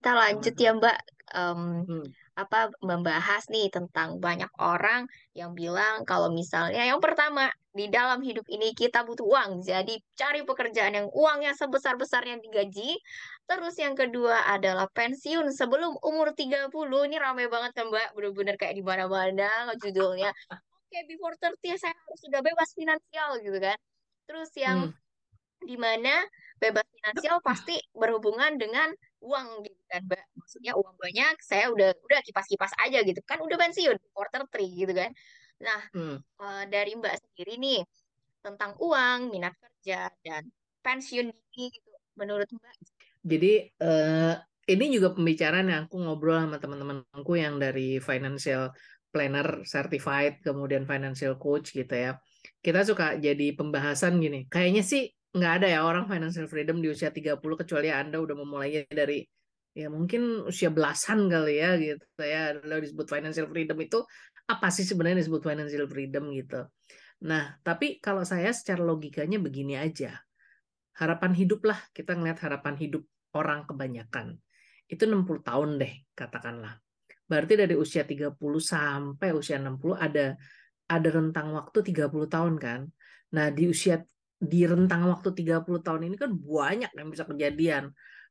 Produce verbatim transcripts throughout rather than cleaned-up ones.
Kita lanjut ya Mbak, Em, Hmm. apa membahas nih tentang banyak orang yang bilang kalau misalnya yang pertama di dalam hidup ini kita butuh uang, jadi cari pekerjaan yang uangnya sebesar-besarnya digaji. Terus yang kedua adalah pensiun sebelum umur tiga puluh. Ini ramai banget kan Mbak, bener-bener kayak di mana-mana judulnya. Oke, before tiga puluh saya harus sudah bebas finansial gitu kan. Terus yang Hmm. di mana bebas finansial pasti berhubungan dengan uang gitu kan Mbak. Maksudnya uang banyak, saya udah udah kipas-kipas aja gitu kan udah pensiun quarter three gitu kan. Nah, Hmm. eh, dari Mbak sendiri nih tentang uang, minat kerja dan pensiun dini gitu. Menurut Mbak Jadi eh, ini juga pembicaraan yang aku ngobrol sama teman-temanku yang dari financial planner certified, kemudian financial coach gitu ya. Kita suka jadi pembahasan gini. Kayaknya sih nggak ada ya orang financial freedom di usia tiga puluh kecuali Anda udah memulainya dari ya mungkin usia belasan kali ya gitu ya. Lalu disebut financial freedom itu apa sih sebenarnya disebut financial freedom gitu. Nah, tapi kalau saya secara logikanya begini aja. Harapan hidup lah, kita ngeliat harapan hidup orang kebanyakan. Itu enam puluh tahun deh, katakanlah. Berarti dari usia tiga puluh sampai usia enam puluh ada ada rentang waktu tiga puluh tahun kan. Nah, di usia di rentang waktu tiga puluh tahun ini kan banyak yang bisa kejadian.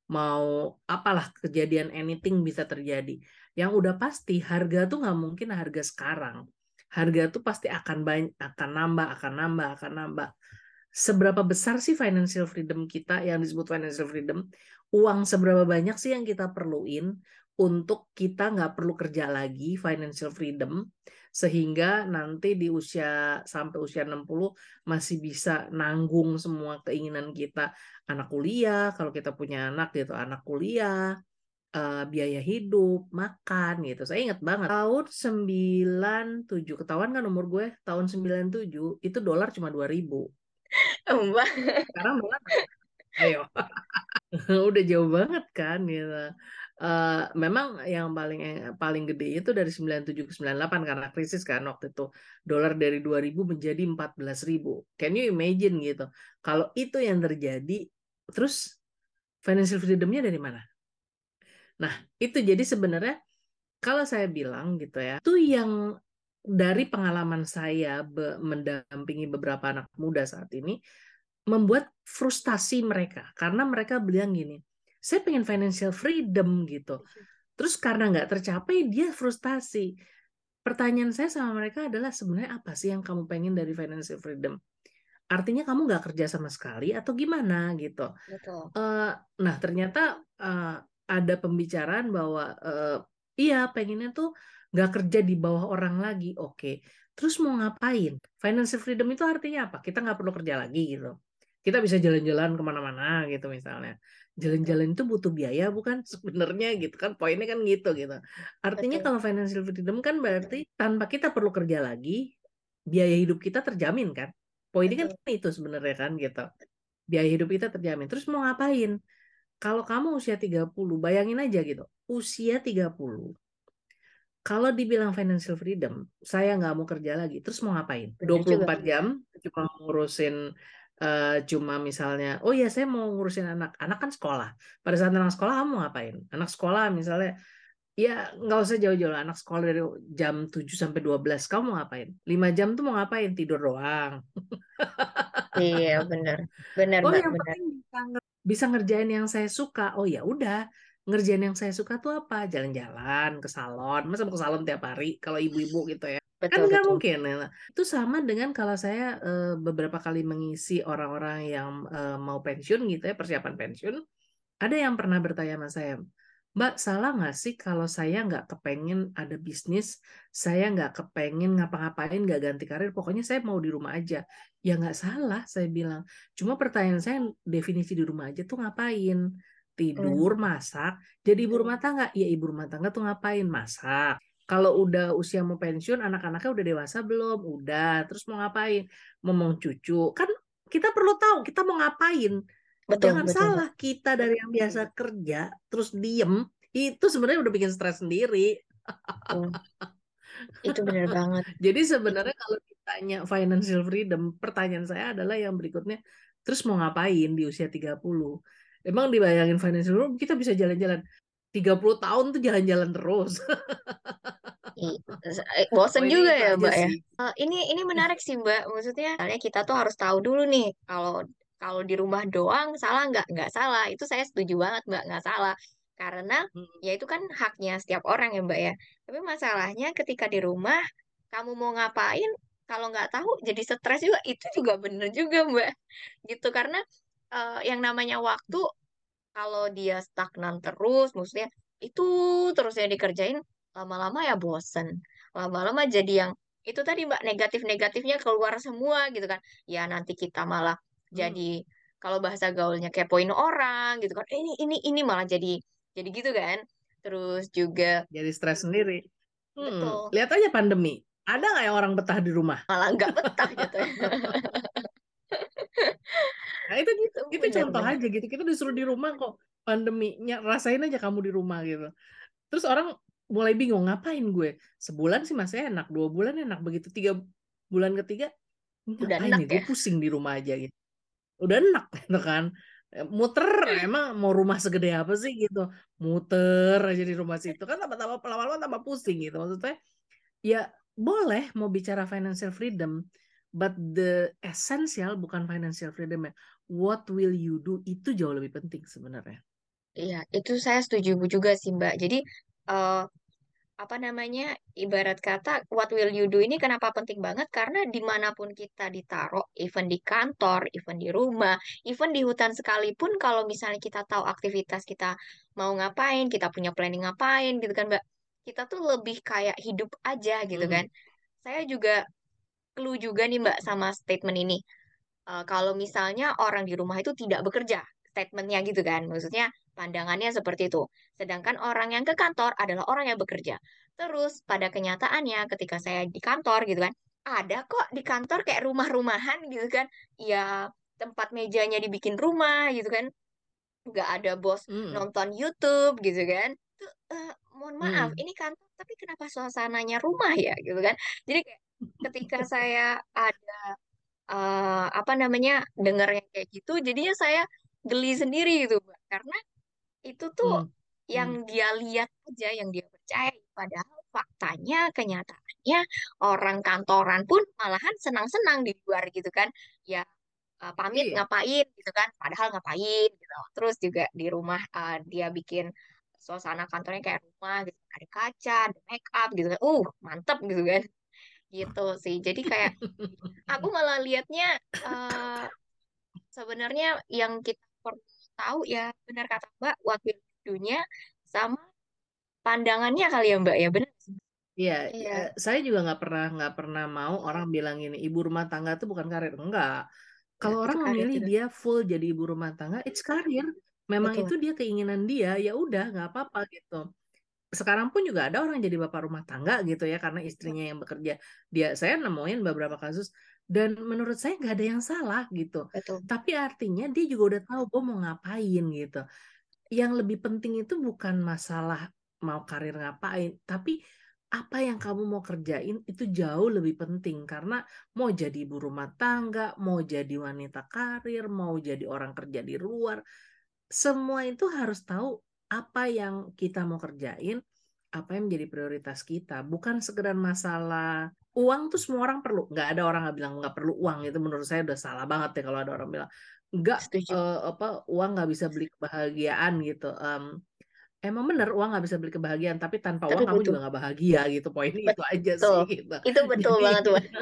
Mau apalah kejadian anything bisa terjadi. Yang udah pasti harga tuh nggak mungkin harga sekarang. Harga tuh pasti akan banyak, akan nambah, akan nambah, akan nambah. Seberapa besar sih financial freedom kita yang disebut financial freedom? Uang seberapa banyak sih yang kita perluin untuk kita nggak perlu kerja lagi, financial freedom, sehingga nanti di usia sampai usia enam puluh masih bisa nanggung semua keinginan kita, anak kuliah, kalau kita punya anak gitu, anak kuliah, eh, biaya hidup, makan gitu. Saya ingat banget tahun sembilan tujuh, ketahuan kan umur gue, tahun sembilan tujuh itu dolar cuma dua ribu. Mbak Sekarang dolar, ayo, udah jauh banget kan gitu. Eh, memang yang paling paling gede itu dari sembilan tujuh ke sembilan delapan karena krisis kan waktu itu dolar dari dua ribu menjadi empat belas ribu. Can you imagine gitu? Kalau itu yang terjadi, terus financial freedomnya dari mana? Nah, itu jadi sebenarnya kalau saya bilang gitu ya, itu yang dari pengalaman saya be- mendampingi beberapa anak muda saat ini, membuat frustasi mereka karena mereka bilang gini, saya pengen financial freedom gitu, terus karena nggak tercapai dia frustasi. Pertanyaan saya sama mereka adalah sebenarnya apa sih yang kamu pengen dari financial freedom? Artinya kamu nggak kerja sama sekali atau gimana gitu. betul. Eh, nah ternyata eh, ada pembicaraan bahwa eh, iya pengennya tuh nggak kerja di bawah orang lagi, oke. Terus mau ngapain? Financial freedom itu artinya apa? Kita nggak perlu kerja lagi gitu. Kita bisa jalan-jalan kemana-mana gitu misalnya. Betul. Jalan-jalan itu butuh biaya bukan sebenarnya gitu kan? Poinnya kan gitu gitu. Artinya Betul. kalau financial freedom kan berarti tanpa kita perlu kerja lagi, biaya hidup kita terjamin kan? Poinnya kan Betul. itu sebenarnya kan gitu. Biaya hidup kita terjamin. Terus mau ngapain? Kalau kamu usia tiga puluh, bayangin aja gitu. Usia tiga puluh. Kalau dibilang financial freedom, saya nggak mau kerja lagi. Terus mau ngapain? Bener juga. dua puluh empat jam cuma ngurusin eh, cuma misalnya, oh ya saya mau ngurusin anak. Anak kan sekolah. Pada saat anak sekolah kamu mau ngapain? Anak sekolah misalnya, ya nggak usah jauh-jauh lah. Anak sekolah dari jam tujuh sampai dua belas kamu mau ngapain? Lima jam tuh mau ngapain? Tidur doang. Iya, bener. Bener, Oh, Mbak, yang bener. penting bisa, nge- bisa ngerjain yang saya suka. Oh ya udah, ngerjain yang saya suka tuh apa? Jalan-jalan ke salon. Masa mau ke salon tiap hari kalau ibu-ibu gitu ya? Kan Betul, nggak betul. mungkin. Ya. Itu sama dengan kalau saya eh, beberapa kali mengisi orang-orang yang eh, mau pensiun gitu ya, persiapan pensiun. Ada yang pernah bertanya sama saya, Mbak, salah nggak sih kalau saya nggak kepengen ada bisnis, saya nggak kepengen ngapa-ngapain, nggak ganti karir, pokoknya saya mau di rumah aja. Ya nggak salah, saya bilang. Cuma pertanyaan saya, definisi di rumah aja tuh ngapain? Hmm. Tidur, masak, jadi ibu rumah tangga. Ya ibu rumah tangga tuh ngapain? Masak. Kalau udah usia mau pensiun, anak-anaknya udah dewasa belum? Udah. Terus mau ngapain? Ngomong cucu. Kan kita perlu tahu kita mau ngapain. Betul, Jangan betul, salah, Mbak. kita dari yang biasa kerja, terus diem, itu sebenarnya udah bikin stres sendiri. Betul. Itu bener banget. Jadi sebenarnya kalau ditanya financial freedom, pertanyaan saya adalah yang berikutnya, terus mau ngapain di usia tiga puluh? Emang dibayangin financial freedom, kita bisa jalan-jalan. tiga puluh tahun tuh jalan-jalan terus. Ih, eh, bosen Poinnya juga itu ya aja Mbak ya. sih. Eh, ini ini menarik sih Mbak. Maksudnya, misalnya kita tuh harus tahu dulu nih kalau kalau di rumah doang salah nggak? Nggak salah. Itu saya setuju banget Mbak, nggak salah. Karena Hmm. ya itu kan haknya setiap orang ya Mbak ya. Tapi masalahnya ketika di rumah kamu mau ngapain, kalau nggak tahu jadi stres juga. Itu juga bener juga Mbak. Gitu karena eh, yang namanya waktu kalau dia stagnan terus, maksudnya itu terus yang dikerjain, lama-lama ya bosen. Lama-lama jadi yang itu tadi Mbak, negatif-negatifnya keluar semua gitu kan. Ya nanti kita malah jadi, Hmm. kalau bahasa gaulnya kepoin orang gitu kan. Ini ini ini malah jadi jadi gitu kan. Terus juga Jadi stres sendiri. Hmm. betul, Lihat aja pandemi. Ada nggak yang orang betah di rumah? malah nggak betah gitu ya. Nah, itu Itu itu contoh benar-benar. aja gitu. Kita disuruh di rumah kok pandeminya, rasain aja kamu di rumah gitu. Terus orang mulai bingung ngapain gue. Sebulan sih masih enak, dua bulan enak, begitu tiga bulan ketiga Udah ngapain enak nih gue ya. pusing di rumah aja gitu. Udah enak gitu kan. Eh, Muter emang mau rumah segede apa sih gitu. Muter aja di rumah situ kan tambah-tambah lama-lama tambah pusing gitu. Maksudnya ya boleh mau bicara financial freedom, but the essential bukan financial freedom ya. What will you do itu jauh lebih penting sebenarnya. Iya, itu saya setuju juga sih Mbak. Jadi eh, apa namanya, ibarat kata what will you do ini kenapa penting banget karena dimanapun kita ditaruh, even di kantor, even di rumah, even di hutan sekalipun, kalau misalnya kita tahu aktivitas kita mau ngapain, kita punya planning ngapain gitu kan Mbak, kita tuh lebih kayak hidup aja gitu kan. Hmm. Saya juga clue juga nih Mbak sama statement ini. Eh, kalau misalnya orang di rumah itu tidak bekerja, statementnya gitu kan, maksudnya pandangannya seperti itu. Sedangkan orang yang ke kantor adalah orang yang bekerja. Terus pada kenyataannya ketika saya di kantor gitu kan, ada kok di kantor kayak rumah-rumahan gitu kan, ya tempat mejanya dibikin rumah gitu kan, nggak ada bos Hmm. nonton YouTube gitu kan. Tuh, eh, mohon maaf, Hmm. ini kantor tapi kenapa suasananya rumah ya gitu kan. Jadi kayak ketika saya ada eh, apa namanya dengarnya kayak gitu jadinya saya geli sendiri gitu Mbak, karena itu tuh Hmm. yang Hmm. dia lihat aja, yang dia percaya, padahal faktanya kenyataannya orang kantoran pun malahan senang-senang di luar gitu kan, ya eh, pamit Iya. ngapain gitu kan, padahal ngapain gitu. Terus juga di rumah eh, dia bikin suasana kantornya kayak rumah gitu, ada kaca, ada make up gitu kan, uh mantep gitu kan, gitu sih. Jadi kayak aku malah lihatnya eh, sebenarnya yang kita perlu tahu ya benar kata Mbak, what will you do-nya sama pandangannya kali ya Mbak ya, benar sih. Iya, Iya, eh, saya juga nggak pernah nggak pernah mau orang bilang ini ibu rumah tangga itu bukan karir. Enggak. ya Kalau itu orang karir memilih juga. dia full jadi ibu rumah tangga, it's karir. Memang Betul, itu dia keinginan dia, ya udah nggak apa-apa gitu. Sekarang pun juga ada orang jadi bapak rumah tangga gitu ya karena betul, istrinya yang bekerja. Dia saya nemuin beberapa kasus dan menurut saya nggak ada yang salah gitu. betul. Tapi artinya dia juga udah tahu gue mau ngapain gitu. Yang lebih penting itu bukan masalah mau karir ngapain, tapi apa yang kamu mau kerjain itu jauh lebih penting karena mau jadi ibu rumah tangga, mau jadi wanita karir, mau jadi orang kerja di luar, semua itu harus tahu apa yang kita mau kerjain, apa yang menjadi prioritas kita, bukan sekedar masalah uang tuh semua orang perlu. Nggak ada orang nggak bilang nggak perlu uang, itu menurut saya udah salah banget ya kalau ada orang bilang nggak, Setuju. eh, apa uang nggak bisa beli kebahagiaan gitu. Em, emang bener uang nggak bisa beli kebahagiaan, tapi tanpa uang Tapi kamu butuh. juga nggak bahagia gitu. Poinnya itu aja Betul. sih gitu. Itu betul Jadi banget Mbak.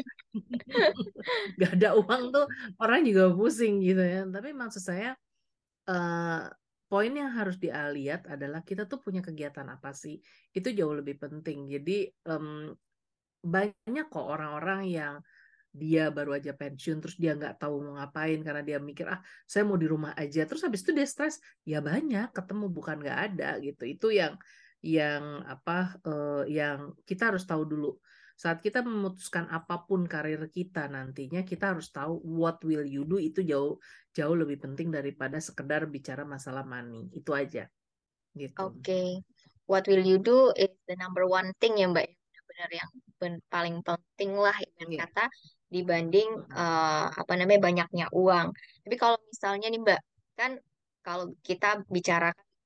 nggak ada uang tuh orang juga pusing gitu ya. Tapi maksud saya eh, poin yang harus dia lihat adalah kita tuh punya kegiatan apa sih? Itu jauh lebih penting. Jadi em, banyak kok orang-orang yang dia baru aja pensiun terus dia nggak tahu mau ngapain karena dia mikir ah saya mau di rumah aja terus habis itu dia stres, ya banyak ketemu bukan nggak ada gitu. Itu yang yang apa eh, yang kita harus tahu dulu saat kita memutuskan apapun karir kita nantinya kita harus tahu what will you do itu jauh jauh lebih penting daripada sekedar bicara masalah money itu aja gitu. Oke. What will you do is the number one thing ya Mbak, benar yang ben- paling penting lah ibarat Iya. kata dibanding Mm-mm. eh, apa namanya banyaknya uang. Tapi kalau misalnya nih Mbak, kan kalau kita bicara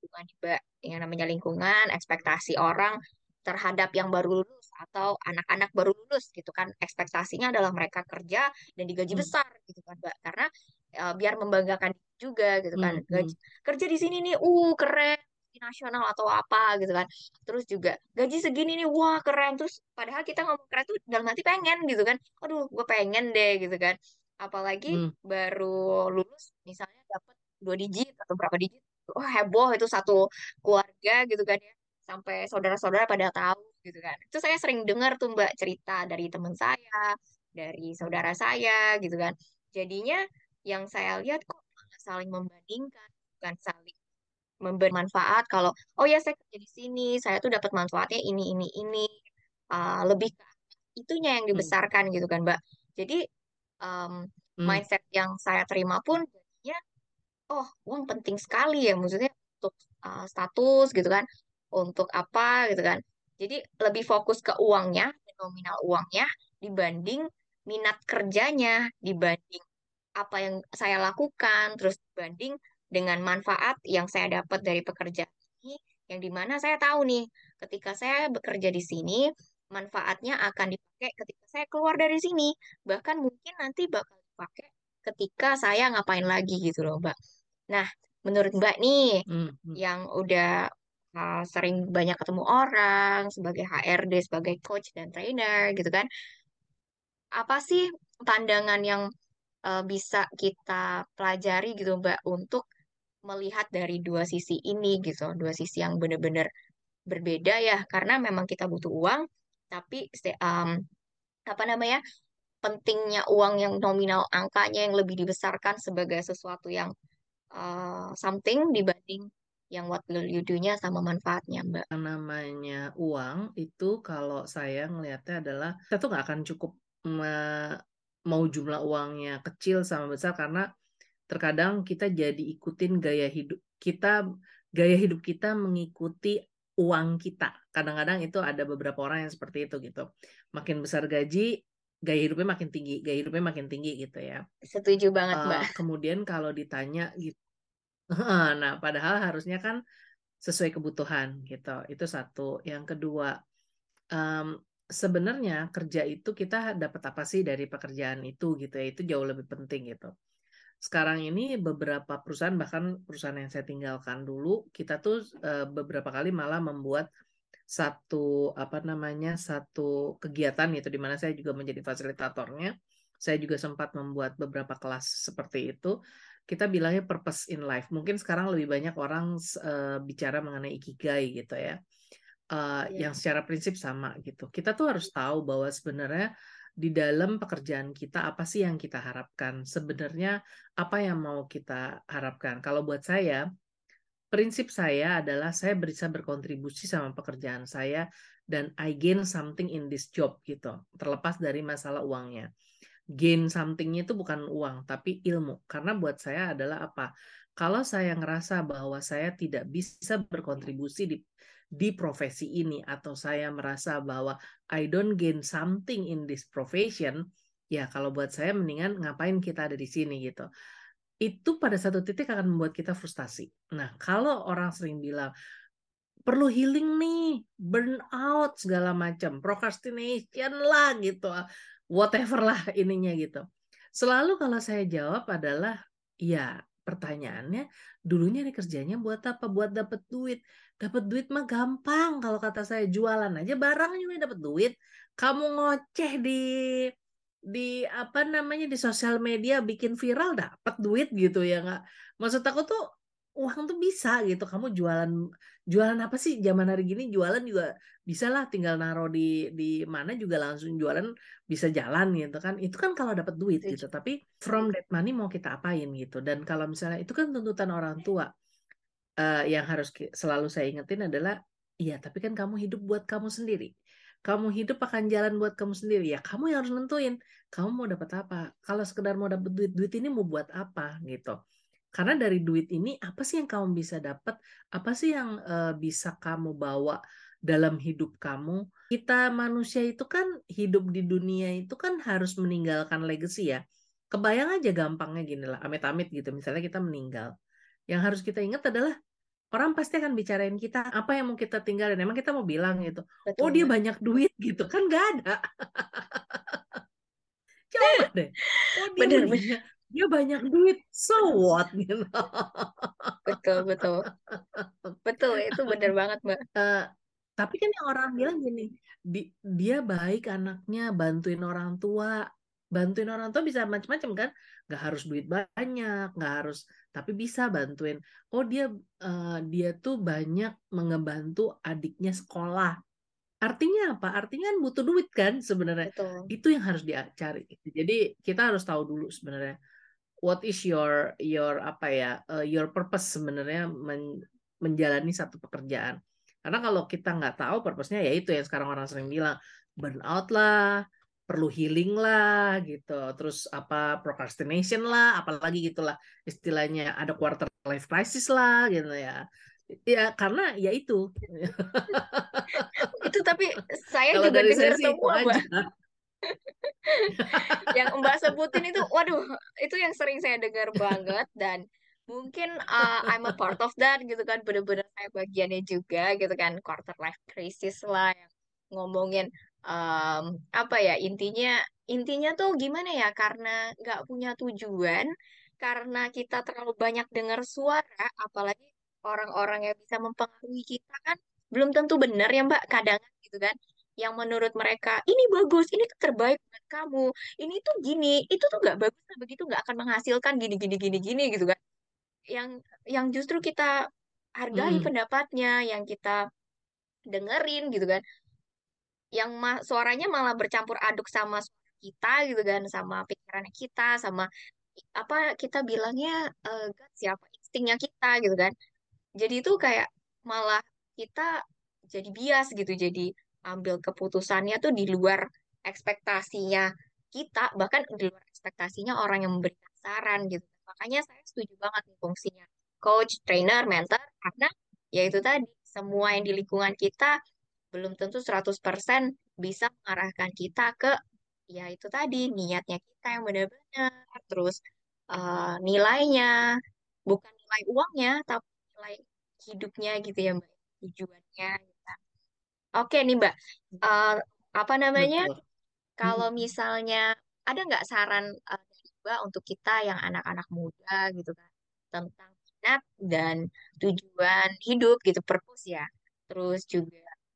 lingkungan juga, yang namanya lingkungan, ekspektasi orang terhadap yang baru lulus atau anak-anak baru lulus gitu kan, ekspektasinya adalah mereka kerja dan digaji Hmm, besar gitu kan Mbak, karena eh, biar membanggakan juga gitu kan, hmm, gaji hmm, kerja di sini nih, uh keren, nasional atau apa gitu kan, terus juga gaji segini nih, wah keren, terus padahal kita ngomong keren tuh dalam hati pengen gitu kan, aduh gue pengen deh gitu kan, apalagi hmm, baru lulus misalnya dapat dua digit atau berapa digit, oh heboh itu satu keluarga gitu kan ya, sampai saudara-saudara pada tahu gitu kan. Itu saya sering dengar tuh Mbak cerita dari teman saya, dari saudara saya gitu kan. Jadinya yang saya lihat kok malah saling membandingkan, bukan saling memberi manfaat kalau oh ya saya kerja di sini, saya tuh dapat manfaatnya ini ini ini. Ah, lebih ke itunya yang hmm, dibesarkan gitu kan Mbak. Jadi um, hmm. mindset yang saya terima pun jadinya oh uang penting sekali ya, maksudnya untuk uh, status gitu kan, untuk apa gitu kan, jadi lebih fokus ke uangnya, nominal uangnya, dibanding minat kerjanya, dibanding apa yang saya lakukan, terus dibanding dengan manfaat yang saya dapat dari pekerjaan ini, yang dimana saya tahu nih ketika saya bekerja di sini manfaatnya akan dipakai ketika saya keluar dari sini, bahkan mungkin nanti bakal dipakai ketika saya ngapain lagi gitu loh Mbak. Nah, menurut Mbak nih, Hmm, hmm. yang udah uh, sering banyak ketemu orang sebagai H R D, sebagai coach dan trainer gitu kan, apa sih pandangan yang uh, bisa kita pelajari gitu Mbak untuk melihat dari dua sisi ini gitu, dua sisi yang benar-benar berbeda ya, karena memang kita butuh uang, tapi se- um, apa namanya, pentingnya uang yang nominal angkanya yang lebih dibesarkan sebagai sesuatu yang uh, something dibanding yang what will you do-nya sama manfaatnya, Mbak. Yang namanya uang itu kalau saya ngelihatnya adalah kita tuh nggak akan cukup me- mau jumlah uangnya kecil sama besar karena terkadang kita jadi ikutin gaya hidup kita, gaya hidup kita mengikuti uang kita. Kadang-kadang itu ada beberapa orang yang seperti itu gitu. Makin besar gaji, gaya hidupnya makin tinggi, gaya hidupnya makin tinggi gitu ya. Setuju banget, Eh, Mbak. kemudian kalau ditanya gitu, nah padahal harusnya kan sesuai kebutuhan gitu. Itu satu. Yang kedua, em, sebenarnya kerja itu kita dapat apa sih dari pekerjaan itu gitu ya. Itu jauh lebih penting gitu. Sekarang ini beberapa perusahaan, bahkan perusahaan yang saya tinggalkan dulu, kita tuh eh, beberapa kali malah membuat satu apa namanya satu kegiatan gitu di mana saya juga menjadi fasilitatornya. Saya juga sempat membuat beberapa kelas seperti itu. Kita bilangnya purpose in life. Mungkin sekarang lebih banyak orang eh, bicara mengenai ikigai gitu ya. Eh, Iya. yang secara prinsip sama gitu. Kita tuh harus tahu bahwa sebenarnya di dalam pekerjaan kita apa sih yang kita harapkan? Sebenarnya apa yang mau kita harapkan? Kalau buat saya, prinsip saya adalah saya bisa berkontribusi sama pekerjaan saya dan I gain something in this job gitu. Terlepas dari masalah uangnya. Gain something-nya itu bukan uang, tapi ilmu. Karena buat saya adalah apa? Kalau saya ngerasa bahwa saya tidak bisa berkontribusi di di profesi ini atau saya merasa bahwa I don't gain something in this profession, ya kalau buat saya mendingan ngapain kita ada di sini gitu. Itu pada satu titik akan membuat kita frustasi. Nah, kalau orang sering bilang perlu healing nih, burnout segala macam, procrastination lah gitu, whatever lah ininya gitu. Selalu kalau saya jawab adalah, ya pertanyaannya, dulunya nih kerjanya buat apa? Buat dapat duit. Dapat duit mah gampang kalau kata saya, jualan aja barang juga dapat duit. Kamu ngoceh di di apa namanya di sosial media bikin viral dapat duit gitu ya nggak? Maksud aku tuh uang tuh bisa gitu. Kamu jualan jualan apa sih zaman hari gini, jualan juga bisa lah, tinggal naro di di mana juga langsung jualan bisa jalan gitu kan. Itu kan kalau dapat duit gitu. Setuju. Tapi from that money mau kita apain gitu. Dan kalau misalnya itu kan tuntutan orang tua, eh, yang harus ki- selalu saya ingetin adalah, iya tapi kan kamu hidup buat kamu sendiri. Kamu hidup akan jalan buat kamu sendiri. Ya kamu yang harus nentuin. Kamu mau dapat apa? Kalau sekedar mau dapat duit, duit ini mau buat apa gitu. Karena dari duit ini apa sih yang kamu bisa dapat? Apa sih yang eh, bisa kamu bawa dalam hidup kamu? Kita manusia itu kan hidup di dunia itu kan harus meninggalkan legacy ya. Kebayang aja gampangnya gini lah, amit-amit gitu. Misalnya kita meninggal. Yang harus kita ingat adalah orang pasti akan bicarain kita, apa yang mau kita tinggalin. Emang kita mau bilang gitu, oh Betul, dia Mbak. banyak duit gitu, kan nggak ada. Coba deh, oh dia Bener-bener. begini, dia banyak duit, so what gitu. Betul, betul. Betul, itu bener banget, Mbak. Eh, tapi kan yang orang bilang gini, di- dia baik anaknya, bantuin orang tua. Bantuin orang tua bisa macam-macam kan? Nggak harus duit banyak, nggak harus, tapi bisa bantuin. Oh dia eh, dia tuh banyak mengebantu adiknya sekolah. Artinya apa? Artinya kan butuh duit kan sebenarnya. Betul. Itu yang harus dicari. Jadi kita harus tahu dulu sebenarnya what is your your apa ya eh, your purpose sebenarnya men- menjalani satu pekerjaan. Karena kalau kita nggak tahu purpose-nya ya itu yang sekarang orang sering bilang burnout lah, perlu healing lah gitu. Terus apa procrastination lah, apalagi gitulah istilahnya ada quarter life crisis lah gitu ya. Ya karena ya itu. Itu tapi saya Kalau juga dari saya dengar sih itu semua, Mbak. aja. Yang Mbak sebutin itu, waduh, itu yang sering saya dengar banget dan mungkin uh, I'm a part of that gitu kan, bener-bener saya bagiannya juga gitu kan, quarter life crisis lah yang ngomongin um, apa ya intinya intinya tuh gimana ya karena nggak punya tujuan, karena kita terlalu banyak dengar suara, apalagi orang-orang yang bisa mempengaruhi kita kan belum tentu benar ya Mbak kadang gitu kan, yang menurut mereka ini bagus, ini tuh terbaik buat kamu, ini tuh gini, itu tuh nggak bagus, lah, begitu nggak akan menghasilkan gini gini gini gini gitu kan. Yang yang justru kita hargai Mm-mm. pendapatnya, yang kita dengerin gitu kan, yang ma- suaranya malah bercampur aduk sama suara kita gitu kan, sama pikirannya kita, sama apa kita bilangnya eh, gut siapa instingnya kita gitu kan. Jadi itu kayak malah kita jadi bias gitu, jadi ambil keputusannya tuh di luar ekspektasinya kita, bahkan di luar ekspektasinya orang yang memberikan saran gitu. Makanya saya setuju banget nih fungsinya coach, trainer, mentor, karena ya itu tadi, semua yang di lingkungan kita belum tentu seratus persen bisa mengarahkan kita ke ya itu tadi, niatnya kita yang benar-benar, terus eh, nilainya, bukan nilai uangnya, tapi nilai hidupnya gitu ya Mbak, tujuannya. Oke nih Mbak, Eh, apa namanya, Betul. kalau misalnya ada nggak saran eh, dari Mbak untuk kita yang anak-anak muda gitu kan, tentang minat dan tujuan hidup gitu, purpose ya, terus juga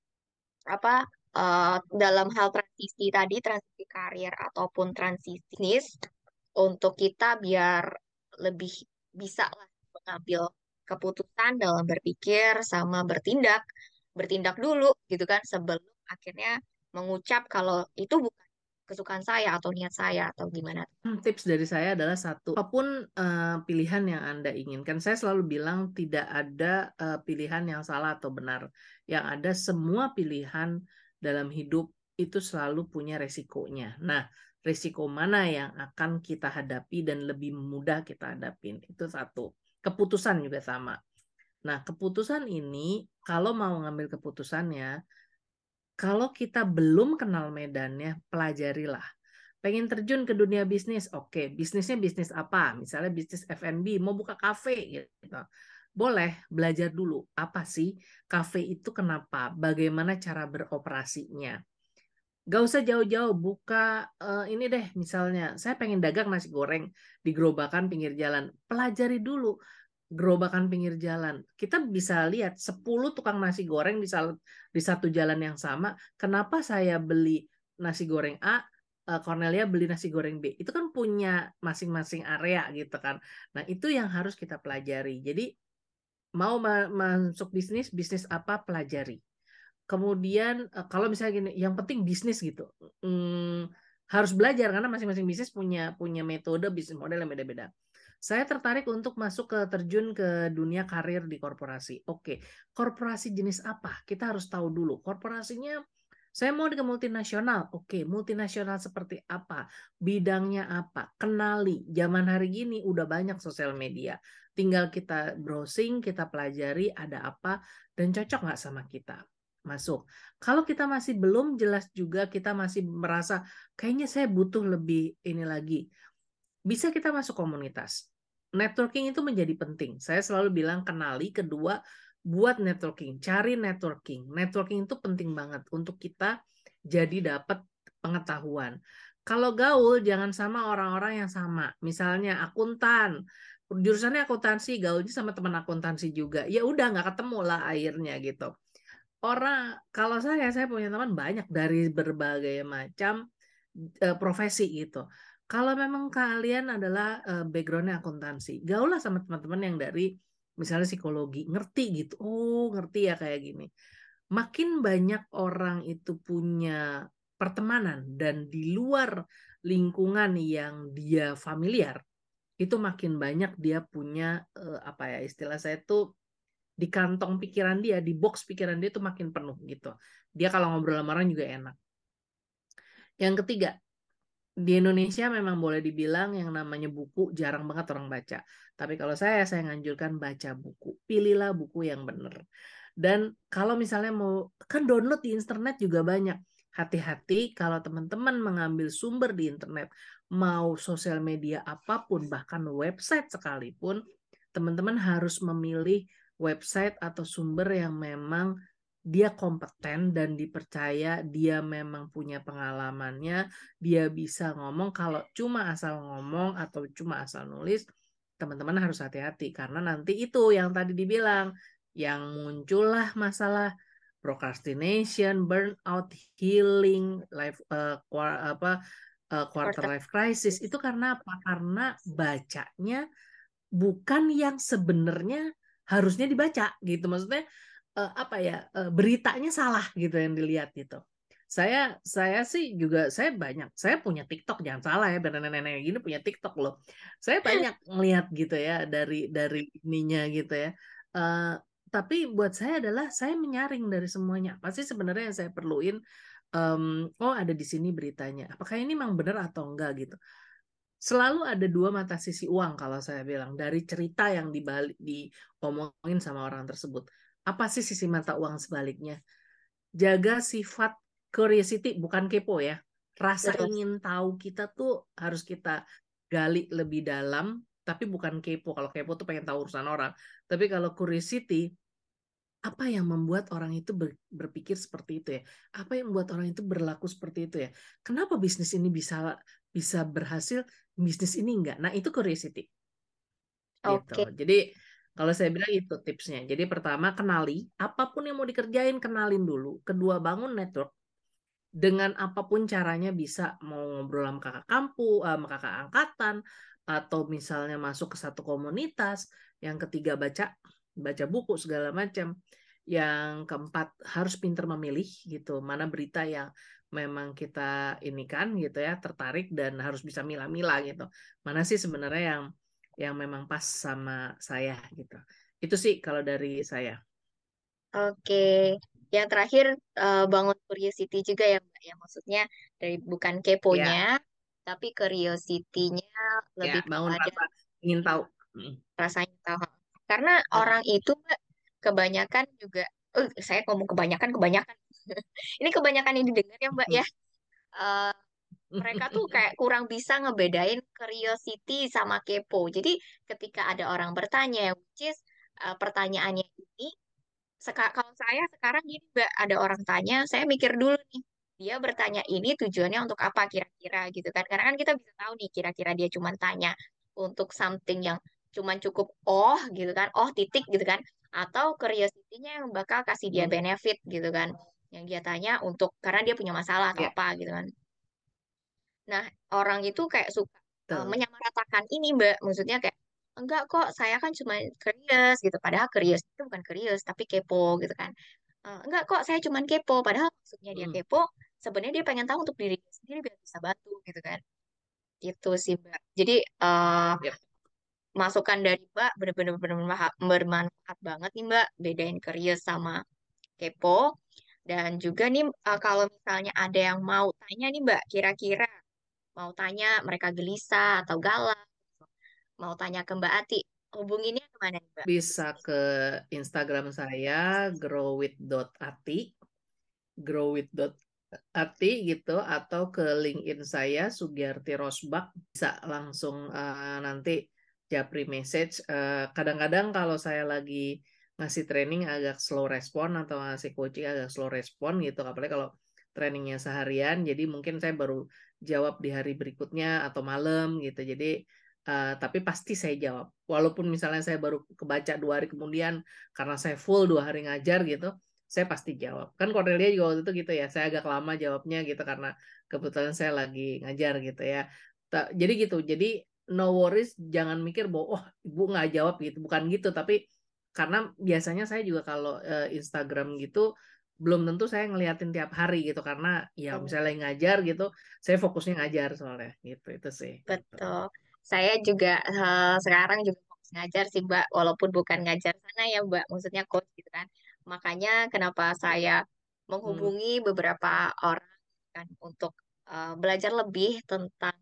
apa eh, dalam hal transisi tadi, transisi karir ataupun transisi bisnis, untuk kita biar lebih bisa lah mengambil keputusan dalam berpikir sama bertindak, bertindak dulu gitu kan sebelum akhirnya mengucap kalau itu bukan kesukaan saya atau niat saya atau gimana. Hmm, tips dari saya adalah satu, apapun eh, pilihan yang Anda inginkan, saya selalu bilang tidak ada eh, pilihan yang salah atau benar. Yang ada semua pilihan dalam hidup itu selalu punya resikonya. Nah, resiko mana yang akan kita hadapi dan lebih mudah kita hadapin? Itu satu. Keputusan juga sama. Nah, keputusan ini kalau mau ngambil keputusannya, kalau kita belum kenal medannya, pelajarilah. Pengen terjun ke dunia bisnis, oke, bisnisnya bisnis apa? Misalnya bisnis F and B, mau buka kafe gitu. Boleh belajar dulu, apa sih kafe itu, kenapa? Bagaimana cara beroperasinya? Gak usah jauh-jauh, buka eh, ini deh, misalnya saya pengen dagang nasi goreng di gerobakan pinggir jalan. Pelajari dulu gerobakan pinggir jalan. Kita bisa lihat sepuluh tukang nasi goreng di, sal- di satu jalan yang sama. Kenapa saya beli nasi goreng A, eh, Cornelia beli nasi goreng B? Itu kan punya masing-masing area gitu kan. Nah, itu yang harus kita pelajari. Jadi, mau ma- masuk bisnis, bisnis apa pelajari. Kemudian eh, kalau misalnya gini, yang penting bisnis gitu. Hmm, harus belajar karena masing-masing bisnis punya punya metode bisnis model yang beda-beda. Saya tertarik untuk masuk ke terjun ke dunia karir di korporasi. Oke, korporasi jenis apa? Kita harus tahu dulu. Korporasinya saya mau ke multinasional. Oke, multinasional seperti apa? Bidangnya apa? Kenali. Zaman hari gini udah banyak sosial media. Tinggal kita browsing, kita pelajari ada apa dan cocok nggak sama kita. Masuk. Kalau kita masih belum jelas juga, kita masih merasa kayaknya saya butuh lebih ini lagi, bisa kita masuk komunitas. Networking itu menjadi penting. Saya selalu bilang kenali, kedua buat networking, cari networking. Networking itu penting banget untuk kita jadi dapat pengetahuan. Kalau gaul jangan sama orang-orang yang sama. Misalnya akuntan, jurusannya akuntansi, gaulnya sama teman akuntansi juga. Ya udah nggak ketemu lah akhirnya gitu. Orang kalau saya saya punya teman banyak dari berbagai macam uh, profesi gitu. Kalau memang kalian adalah uh, backgroundnya akuntansi, gaul lah sama teman-teman yang dari misalnya psikologi, ngerti gitu. Oh, ngerti ya kayak gini. Makin banyak orang itu punya pertemanan dan di luar lingkungan yang dia familiar, itu makin banyak dia punya uh, apa ya istilah saya tuh di kantong pikiran dia, di box pikiran dia tuh makin penuh gitu. Dia kalau ngobrol sama orang juga enak. Yang ketiga, di Indonesia memang boleh dibilang yang namanya buku jarang banget orang baca. Tapi kalau saya, saya nganjurkan baca buku. Pilihlah buku yang benar. Dan kalau misalnya mau, kan download di internet juga banyak. Hati-hati kalau teman-teman mengambil sumber di internet, mau sosial media apapun, bahkan website sekalipun, teman-teman harus memilih website atau sumber yang memang dia kompeten dan dipercaya, dia memang punya pengalamannya, dia bisa ngomong. Kalau cuma asal ngomong atau cuma asal nulis, teman-teman harus hati-hati karena nanti itu yang tadi dibilang, yang muncullah masalah procrastination, burnout, healing, life uh, apa uh, quarter Quarter life crisis itu karena apa? Karena bacanya bukan yang sebenarnya harusnya dibaca gitu. Maksudnya uh, apa ya? Uh, beritanya salah gitu yang dilihat gitu. Saya saya sih juga saya banyak saya punya TikTok jangan salah ya nenek-nenek gini punya TikTok loh. Saya banyak ngelihat gitu ya dari dari ininya gitu ya. Uh, tapi buat saya adalah saya menyaring dari semuanya. Pasti sebenarnya yang saya perluin um, oh ada di sini beritanya. Apakah ini memang benar atau enggak gitu. Selalu ada dua mata sisi uang kalau saya bilang dari cerita yang dibalik diomongin sama orang tersebut. Apa sih sisi mata uang sebaliknya? Jaga sifat curiosity, bukan kepo ya. Rasa terus. ingin tahu kita tuh harus kita gali lebih dalam, tapi bukan kepo. Kalau kepo tuh pengen tahu urusan orang. Tapi kalau curiosity, apa yang membuat orang itu berpikir seperti itu ya? Apa yang membuat orang itu berlaku seperti itu ya? Kenapa bisnis ini bisa bisa berhasil, bisnis ini enggak? Nah, itu curiosity gitu. Oke, Jadi kalau saya bilang itu tipsnya. Jadi pertama kenali apapun yang mau dikerjain kenalin dulu. Kedua bangun network dengan apapun caranya bisa mau ngobrol sama kakak kampus, sama kakak angkatan atau misalnya masuk ke satu komunitas. Yang ketiga baca baca buku segala macam. Yang keempat harus pintar memilih gitu mana berita yang memang kita ini kan gitu ya tertarik dan harus bisa milah-milah gitu. Mana sih sebenarnya yang yang memang pas sama saya gitu. Itu sih kalau dari saya. oke. Yang terakhir eh, bangun curiosity juga ya Mbak ya. Maksudnya dari bukan keponya, Ya, tapi curiosity-nya ya lebih bangun kepada rasa ingin tahu. Mm. rasanya tahu. Karena orang Mm. itu Mbak kebanyakan juga, eh saya ngomong kebanyakan kebanyakan. Ini kebanyakan yang didengar ya Mbak ya. Eh, mereka tuh kayak kurang bisa ngebedain curiosity sama kepo. Jadi ketika ada orang bertanya, which is eh, pertanyaannya ini, seka- kalau saya sekarang gini Mbak, ada orang tanya, saya mikir dulu nih, dia bertanya ini tujuannya untuk apa kira-kira gitu kan. Karena kan kita bisa tahu nih kira-kira dia cuma tanya untuk something yang cuma cukup oh gitu kan, oh titik gitu kan. Atau curiosity-nya yang bakal kasih dia Mm. benefit gitu kan. Yang dia tanya untuk, karena dia punya masalah atau Ya, apa gitu kan. Nah, orang itu kayak suka uh, betul. menyamaratakan ini, Mbak. Maksudnya kayak, enggak kok, saya kan cuma curious gitu. Padahal curious itu bukan curious, tapi kepo gitu kan. Uh, enggak kok, saya cuma kepo. Padahal maksudnya dia Mm. kepo, sebenarnya dia pengen tahu untuk diri dia sendiri biar bisa bantu gitu kan. Gitu sih, Mbak. Jadi, uh, Yep. masukan dari Mbak benar-benar bermanfaat bermanfaat banget nih, Mbak. Bedain curious sama kepo. Dan juga nih, uh, kalau misalnya ada yang mau tanya nih, Mbak, kira-kira mau tanya mereka gelisah atau galau, mau tanya ke Mbak Ati, hubunginnya kemana nih Mbak? Bisa ke Instagram saya growwith.ati, growwith.ati gitu atau ke LinkedIn saya Sugiarti Rosbak bisa langsung uh, nanti japri message. Uh, kadang-kadang kalau saya lagi ngasih training agak slow respon atau ngasih coaching agak slow respon gitu. Apalagi kalau trainingnya seharian, jadi mungkin saya baru jawab di hari berikutnya atau malam gitu. Jadi uh, tapi pasti saya jawab. Walaupun misalnya saya baru kebaca dua hari kemudian karena saya full dua hari ngajar gitu, saya pasti jawab. Kan Cornelia juga waktu itu gitu ya, saya agak lama jawabnya gitu karena kebetulan saya lagi ngajar gitu ya. Ta- Jadi gitu, jadi no worries, jangan mikir bahwa oh ibu nggak jawab gitu, bukan gitu. Tapi karena biasanya saya juga kalau eh, Instagram gitu belum tentu saya ngeliatin tiap hari gitu karena ya Oh, misalnya lagi ngajar gitu, saya fokusnya ngajar soalnya gitu itu sih gitu. betul. Saya juga eh, sekarang juga fokus ngajar sih, Mbak. Walaupun bukan ngajar sana ya, Mbak. Maksudnya coach gitu kan. Makanya kenapa saya Hmm, menghubungi beberapa orang kan untuk eh, belajar lebih tentang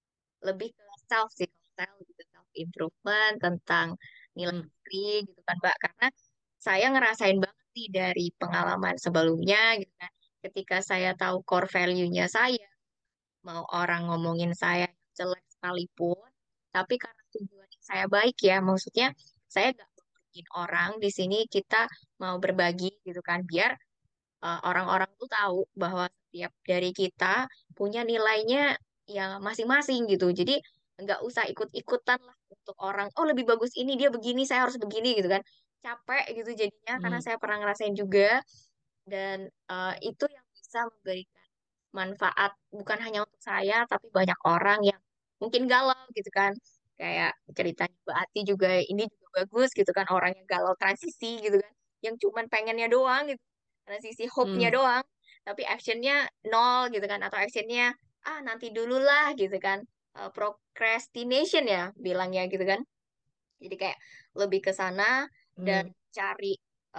lebih ke self sih, self gitu, self improvement tentang nilai hmm, diri gitu kan, Mbak. Karena saya ngerasain banget nih dari pengalaman sebelumnya gitu kan. Ketika saya tahu core value-nya saya, mau orang ngomongin saya jelek sekalipun, tapi karena tujuan saya baik ya, maksudnya saya gak bikin orang di sini kita mau berbagi gitu kan, biar uh, orang-orang tuh tahu bahwa setiap dari kita punya nilainya ya masing-masing gitu. Jadi nggak usah ikut-ikutan lah untuk orang, oh lebih bagus ini, dia begini, saya harus begini gitu kan. Capek gitu jadinya karena hmm, saya pernah ngerasain juga dan uh, itu yang bisa memberikan manfaat bukan hanya untuk saya tapi banyak orang yang mungkin galau gitu kan. Kayak ceritanya Mbak Ati juga ini juga bagus gitu kan, orang yang galau transisi gitu kan, yang cuman pengennya doang gitu, transisi hope-nya hmm, doang tapi actionnya nol gitu kan, atau actionnya ah nanti dulu lah gitu kan. Eh, procrastination ya bilangnya gitu kan. Jadi kayak lebih ke sana dan hmm, cari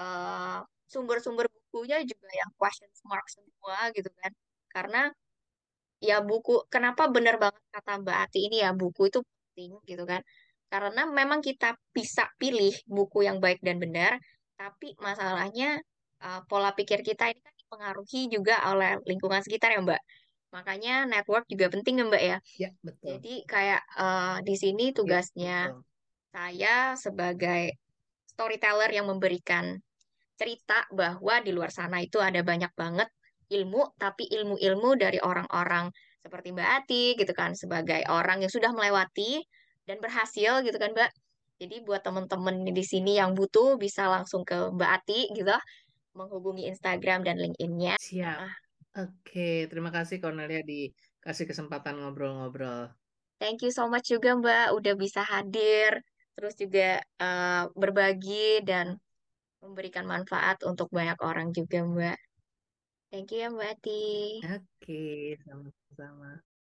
eh, sumber-sumber bukunya juga yang question mark semua gitu kan. Karena ya buku, kenapa bener banget kata Mbak Ati ini ya, buku itu penting gitu kan. Karena memang kita bisa pilih buku yang baik dan benar, tapi masalahnya eh, pola pikir kita ini kan dipengaruhi juga oleh lingkungan sekitar ya Mbak. Makanya network juga penting ya Mbak ya. ya betul, Jadi kayak eh, di sini ya tugasnya betul, saya sebagai storyteller yang memberikan cerita bahwa di luar sana itu ada banyak banget ilmu, tapi ilmu-ilmu dari orang-orang seperti Mbak Ati gitu kan, sebagai orang yang sudah melewati dan berhasil gitu kan, Mbak. Jadi buat temen-temen di sini yang butuh bisa langsung ke Mbak Ati gitu, menghubungi Instagram dan LinkedIn-nya. siap. Ah, Oke, terima kasih Cornelia dikasih kesempatan ngobrol-ngobrol. thank you so much juga Mbak udah bisa hadir, terus juga eh, berbagi dan memberikan manfaat untuk banyak orang juga Mbak. Thank you ya Mbak Ati. Oke, sama-sama.